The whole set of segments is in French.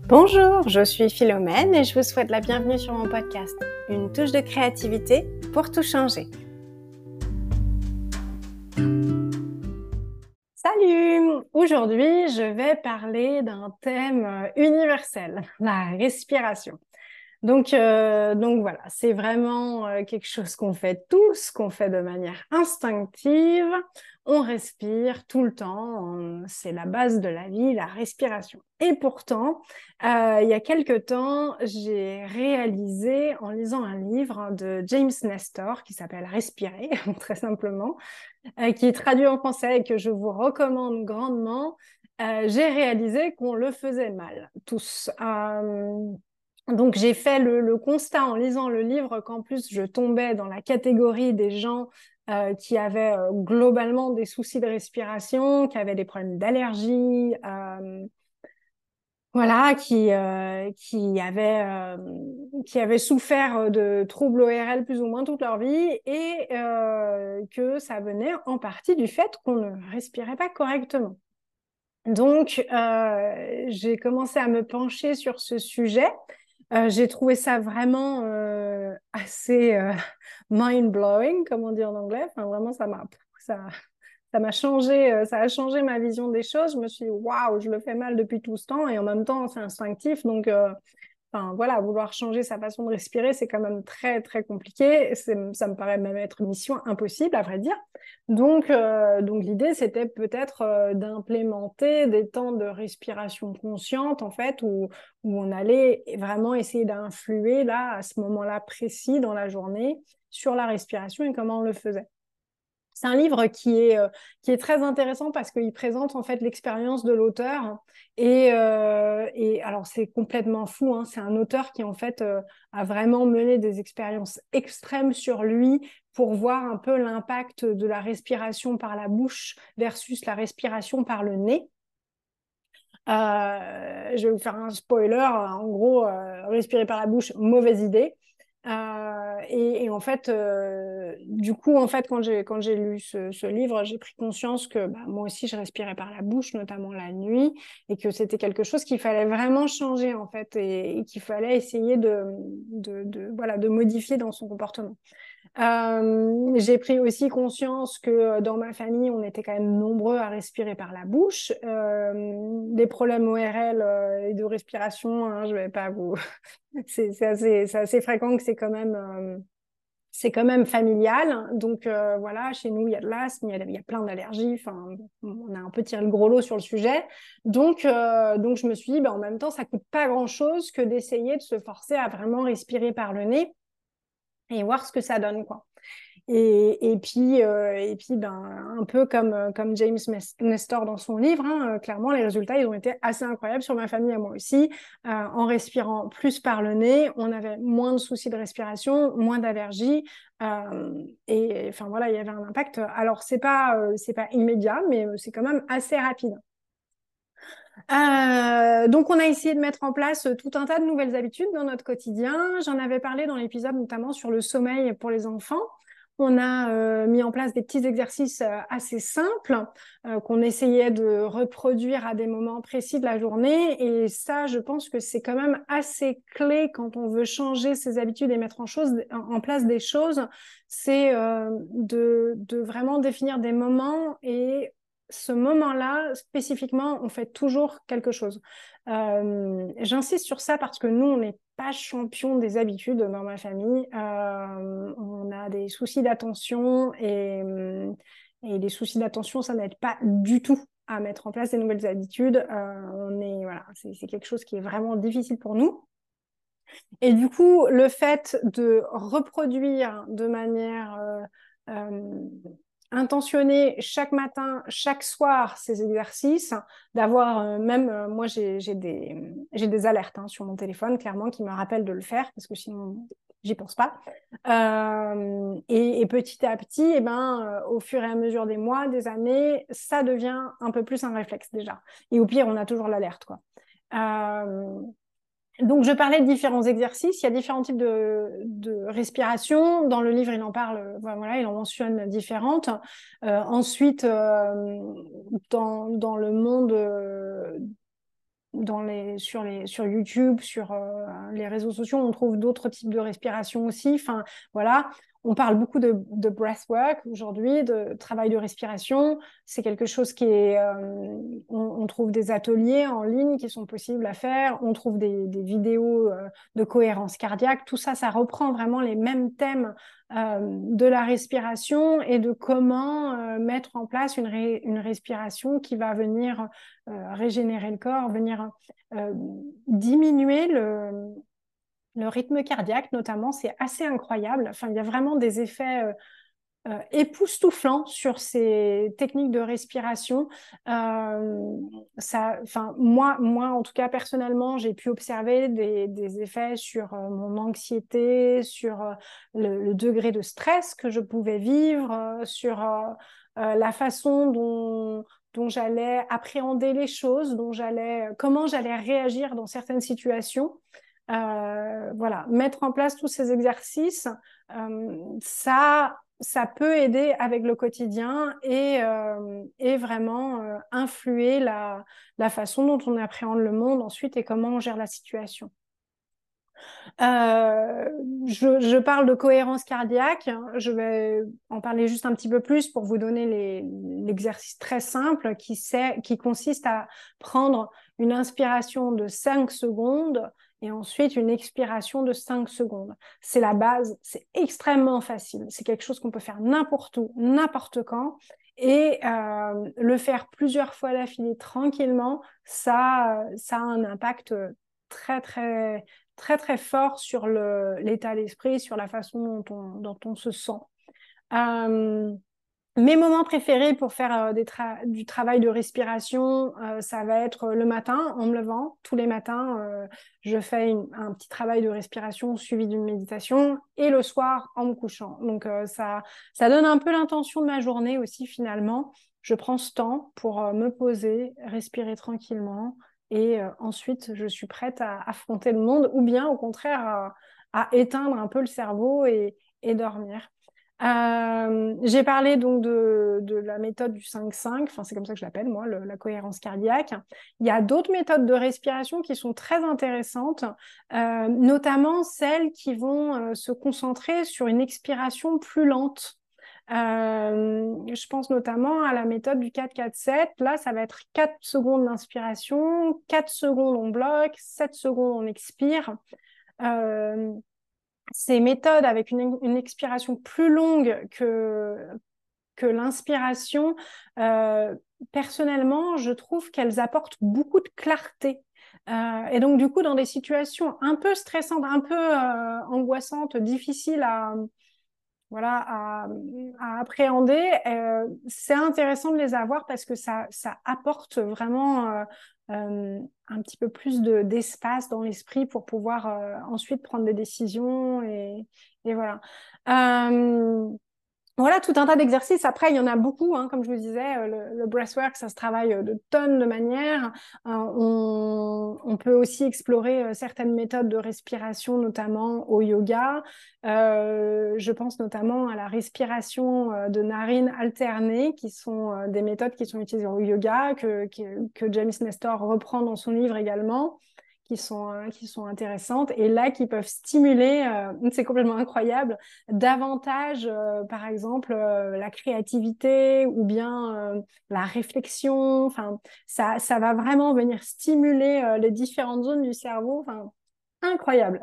Bonjour, je suis Philomène et je vous souhaite la bienvenue sur mon podcast, une touche de créativité pour tout changer. Salut! Aujourd'hui, je vais parler d'un thème universel, la respiration. Donc voilà, c'est vraiment quelque chose qu'on fait tous, qu'on fait de manière instinctive. On respire tout le temps, c'est la base de la vie, la respiration. Et pourtant, il y a quelque temps, j'ai réalisé en lisant un livre de James Nestor qui s'appelle Respirer, très simplement, qui est traduit en français et que je vous recommande grandement. J'ai réalisé qu'on le faisait mal, tous. Donc j'ai fait le constat en lisant le livre qu'en plus je tombais dans la catégorie des gens qui avaient globalement des soucis de respiration, qui avaient des problèmes d'allergie, voilà, qui avaient souffert de troubles ORL plus ou moins toute leur vie et que ça venait en partie du fait qu'on ne respirait pas correctement. Donc j'ai commencé à me pencher sur ce sujet. J'ai trouvé ça vraiment assez mind-blowing, comme on dit en anglais. Enfin, vraiment, ça m'a changé, ça a changé ma vision des choses. Je me suis dit, waouh, je le fais mal depuis tout ce temps et en même temps, c'est instinctif. Donc, enfin, voilà, vouloir changer sa façon de respirer, c'est quand même très, très compliqué. Ça me paraît même être une mission impossible, à vrai dire. Donc l'idée, c'était peut-être d'implémenter des temps de respiration consciente, en fait, où on allait vraiment essayer d'influer, là, à ce moment-là précis dans la journée, sur la respiration et comment on le faisait. C'est un livre qui est très intéressant parce qu'il présente en fait l'expérience de l'auteur et alors c'est complètement fou, hein. C'est un auteur qui en fait a vraiment mené des expériences extrêmes sur lui pour voir un peu l'impact de la respiration par la bouche versus la respiration par le nez. Je vais vous faire un spoiler. En gros, respirer par la bouche, mauvaise idée. Et en fait, du coup, en fait, quand j'ai lu ce livre, j'ai pris conscience que moi aussi, je respirais par la bouche, notamment la nuit, et que c'était quelque chose qu'il fallait vraiment changer, en fait, et qu'il fallait essayer voilà, de modifier dans son comportement. J'ai pris aussi conscience que dans ma famille, on était quand même nombreux à respirer par la bouche. Des problèmes ORL et de respiration, hein, je vais pas vous... c'est assez fréquent que c'est quand même familial. Donc voilà, chez nous, il y a de l'asthme, il y a plein d'allergies. Enfin, on a un peu tiré le gros lot sur le sujet. Donc je me suis dit, en même temps, ça coûte pas grand-chose que d'essayer de se forcer à vraiment respirer par le nez et voir ce que ça donne, quoi. Et puis, un peu comme James Nestor dans son livre, hein, clairement, les résultats, ils ont été assez incroyables sur ma famille et moi aussi. En respirant plus par le nez, on avait moins de soucis de respiration, moins d'allergies. Et enfin, voilà, il y avait un impact. Alors, c'est pas immédiat, mais c'est quand même assez rapide. Donc, on a essayé de mettre en place tout un tas de nouvelles habitudes dans notre quotidien. J'en avais parlé dans l'épisode notamment sur le sommeil pour les enfants. On a mis en place des petits exercices assez simples qu'on essayait de reproduire à des moments précis de la journée. Et ça, je pense que c'est quand même assez clé quand on veut changer ses habitudes et mettre en place des choses. C'est de vraiment définir des moments et ce moment-là, spécifiquement, on fait toujours quelque chose. J'insiste sur ça parce que nous, on n'est pas champion des habitudes dans ma famille. On a des soucis d'attention et les soucis d'attention, ça n'aide pas du tout à mettre en place des nouvelles habitudes. Voilà, c'est quelque chose qui est vraiment difficile pour nous. Et du coup, le fait de reproduire de manière intentionnée chaque matin, chaque soir ces exercices, d'avoir moi j'ai des alertes sur mon téléphone clairement qui me rappellent de le faire parce que sinon j'y pense pas. Et petit à petit, au fur et à mesure des mois, des années, ça devient un peu plus un réflexe déjà. Et au pire, on a toujours l'alerte, quoi. Donc, je parlais de différents exercices. Il y a différents types de respiration. Dans le livre, il en parle, voilà, il en mentionne différentes. Ensuite, dans le monde sur YouTube, sur les réseaux sociaux, on trouve d'autres types de respiration aussi. Enfin, voilà. On parle beaucoup de breathwork aujourd'hui, de travail de respiration. C'est quelque chose qui est... on trouve des ateliers en ligne qui sont possibles à faire. On trouve des vidéos de cohérence cardiaque. Tout ça, ça reprend vraiment les mêmes thèmes de la respiration et de comment mettre en place une respiration qui va venir régénérer le corps, venir diminuer le rythme cardiaque notamment. C'est assez incroyable. Enfin, il y a vraiment des effets époustouflants sur ces techniques de respiration. Moi, en tout cas, personnellement, j'ai pu observer des effets sur mon anxiété, sur le degré de stress que je pouvais vivre, sur la façon dont j'allais appréhender les choses, comment j'allais réagir dans certaines situations. Voilà, mettre en place tous ces exercices, ça peut aider avec le quotidien et vraiment influer la façon dont on appréhende le monde ensuite et comment on gère la situation. Je parle de cohérence cardiaque. Je vais en parler juste un petit peu plus pour vous donner l'exercice très simple qui consiste à prendre une inspiration de 5 secondes et ensuite une expiration de 5 secondes. C'est la base, c'est extrêmement facile. C'est quelque chose qu'on peut faire n'importe où, n'importe quand. Et le faire plusieurs fois d'affilée tranquillement, ça a un impact très, très, très, très fort sur l'état d'esprit, sur la façon dont on se sent. Mes moments préférés pour faire du travail de respiration, ça va être le matin en me levant. Tous les matins, je fais un petit travail de respiration suivi d'une méditation et le soir en me couchant. Donc ça donne un peu l'intention de ma journée aussi finalement. Je prends ce temps pour me poser, respirer tranquillement et ensuite je suis prête à affronter le monde ou bien au contraire à éteindre un peu le cerveau et dormir. J'ai parlé donc de la méthode du 5-5, enfin c'est comme ça que je l'appelle moi, la cohérence cardiaque. Il y a d'autres méthodes de respiration qui sont très intéressantes, notamment celles qui vont se concentrer sur une expiration plus lente. Je pense notamment à la méthode du 4-4-7. Là, ça va être 4 secondes d'inspiration, 4 secondes on bloque, 7 secondes on expire. Ces méthodes avec une expiration plus longue que l'inspiration, personnellement, je trouve qu'elles apportent beaucoup de clarté. Et donc, du coup, dans des situations un peu stressantes, un peu angoissantes, difficiles à appréhender, c'est intéressant de les avoir parce que ça apporte vraiment un petit peu plus d'espace dans l'esprit pour pouvoir ensuite prendre des décisions et voilà. Voilà, tout un tas d'exercices. Après, il y en a beaucoup, hein, comme je vous disais, le breathwork, ça se travaille de tonnes de manières. On peut aussi explorer certaines méthodes de respiration, notamment au yoga. Je pense notamment à la respiration de narines alternées, qui sont des méthodes qui sont utilisées au yoga, que James Nestor reprend dans son livre également. Qui sont intéressantes et là qui peuvent stimuler, c'est complètement incroyable, davantage par exemple la créativité ou bien la réflexion. Enfin, ça va vraiment venir stimuler les différentes zones du cerveau. Enfin, incroyable.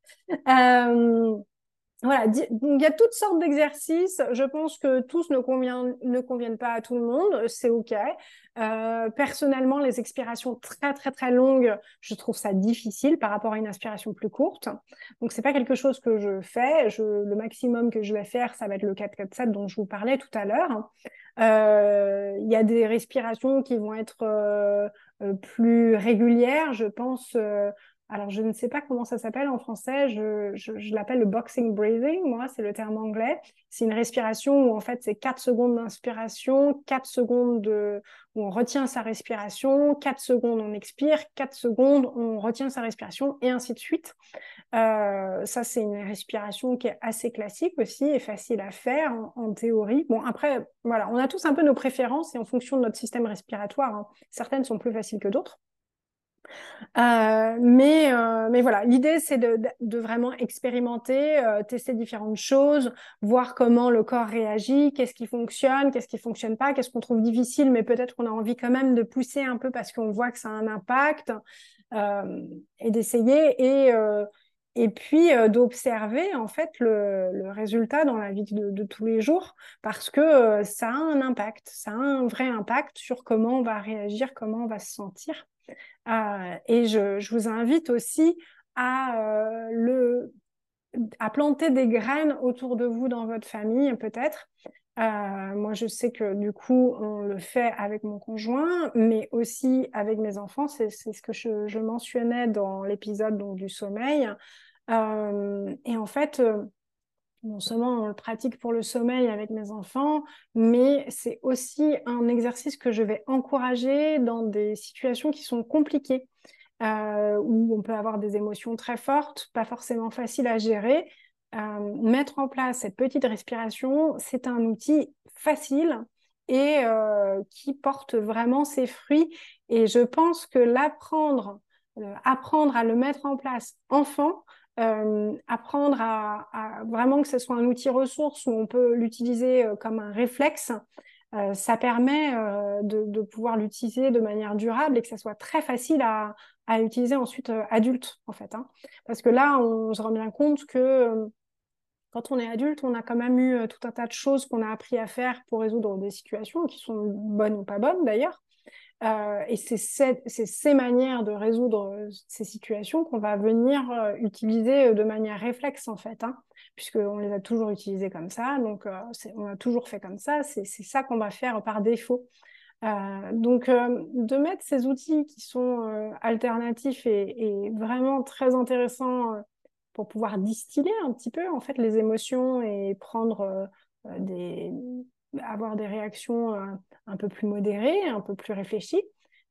Voilà, il y a toutes sortes d'exercices. Je pense que tous ne conviennent pas à tout le monde. C'est OK. Personnellement, les expirations très, très, très longues, je trouve ça difficile par rapport à une inspiration plus courte. Donc, c'est pas quelque chose que je fais. Le maximum que je vais faire, ça va être le 4-4-7 dont je vous parlais tout à l'heure. Il y a des respirations qui vont être plus régulières. Je pense... alors, je ne sais pas comment ça s'appelle en français, je l'appelle le boxing breathing, moi, c'est le terme anglais. C'est une respiration où, en fait, c'est 4 secondes d'inspiration, 4 secondes où on retient sa respiration, 4 secondes on expire, 4 secondes on retient sa respiration, et ainsi de suite. Ça, c'est une respiration qui est assez classique aussi et facile à faire en théorie. Bon, après, voilà, on a tous un peu nos préférences et en fonction de notre système respiratoire, hein, certaines sont plus faciles que d'autres. Mais voilà, l'idée, c'est de vraiment expérimenter, tester différentes choses, voir comment le corps réagit, qu'est-ce qui fonctionne pas, qu'est-ce qu'on trouve difficile, mais peut-être qu'on a envie quand même de pousser un peu parce qu'on voit que ça a un impact, et d'essayer et puis d'observer en fait le résultat dans la vie de tous les jours parce que ça a un impact, ça a un vrai impact sur comment on va réagir, comment on va se sentir. Et je vous invite aussi à planter des graines autour de vous dans votre famille, peut-être. Moi, je sais que du coup, on le fait avec mon conjoint, mais aussi avec mes enfants. C'est ce que je mentionnais dans l'épisode donc, du sommeil. Et en fait, non seulement on le pratique pour le sommeil avec mes enfants, mais c'est aussi un exercice que je vais encourager dans des situations qui sont compliquées, où on peut avoir des émotions très fortes, pas forcément faciles à gérer. Mettre en place cette petite respiration, c'est un outil facile et qui porte vraiment ses fruits. Et je pense que apprendre à le mettre en place enfant, apprendre à vraiment que ce soit un outil ressource où on peut l'utiliser comme un réflexe, ça permet de pouvoir l'utiliser de manière durable et que ça soit très facile à utiliser ensuite adulte, en fait. Hein. Parce que là, on se rend bien compte que quand on est adulte, on a quand même eu tout un tas de choses qu'on a appris à faire pour résoudre des situations qui sont bonnes ou pas bonnes d'ailleurs. Et c'est ces manières de résoudre ces situations qu'on va venir utiliser de manière réflexe, en fait, hein, puisqu'on les a toujours utilisées comme ça, donc on a toujours fait comme ça, c'est ça qu'on va faire par défaut. Donc, de mettre ces outils qui sont alternatifs et vraiment très intéressants pour pouvoir distiller un petit peu, en fait, les émotions et prendre des avoir des réactions un peu plus modérées, un peu plus réfléchies.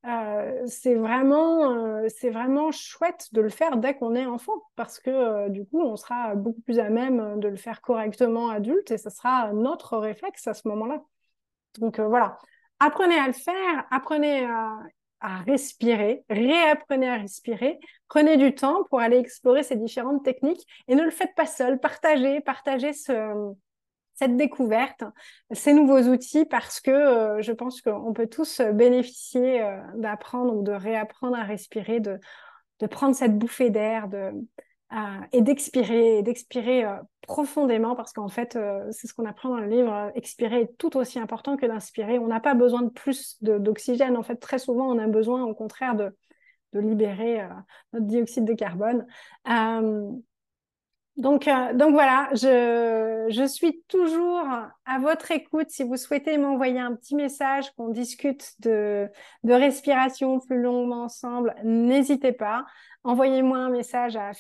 C'est vraiment chouette de le faire dès qu'on est enfant parce que du coup, on sera beaucoup plus à même de le faire correctement adulte et ce sera notre réflexe à ce moment-là. Donc voilà, apprenez à le faire, apprenez à respirer, réapprenez à respirer, prenez du temps pour aller explorer ces différentes techniques et ne le faites pas seul, partagez cette découverte, ces nouveaux outils parce que je pense qu'on peut tous bénéficier d'apprendre ou de réapprendre à respirer, de prendre cette bouffée d'air et d'expirer profondément parce qu'en fait, c'est ce qu'on apprend dans le livre, expirer est tout aussi important que d'inspirer. On n'a pas besoin de plus d'oxygène. En fait, très souvent, on a besoin au contraire de libérer notre dioxyde de carbone. Euh, donc voilà, je suis toujours à votre écoute. Si vous souhaitez m'envoyer un petit message, qu'on discute de respiration plus longuement ensemble, n'hésitez pas. Envoyez-moi un message à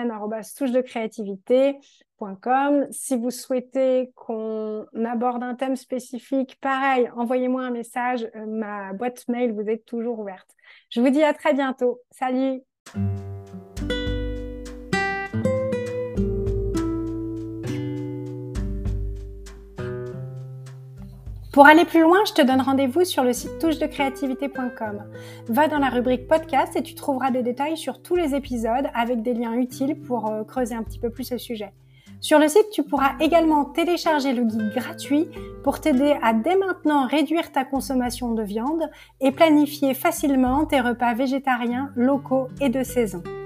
philomène@touchedecreativité.com. Si vous souhaitez qu'on aborde un thème spécifique, pareil, envoyez-moi un message. Ma boîte mail vous est toujours ouverte. Je vous dis à très bientôt. Salut! Pour aller plus loin, je te donne rendez-vous sur le site touchedecreativité.com. Va dans la rubrique podcast et tu trouveras des détails sur tous les épisodes avec des liens utiles pour creuser un petit peu plus le sujet. Sur le site, tu pourras également télécharger le guide gratuit pour t'aider à dès maintenant réduire ta consommation de viande et planifier facilement tes repas végétariens, locaux et de saison.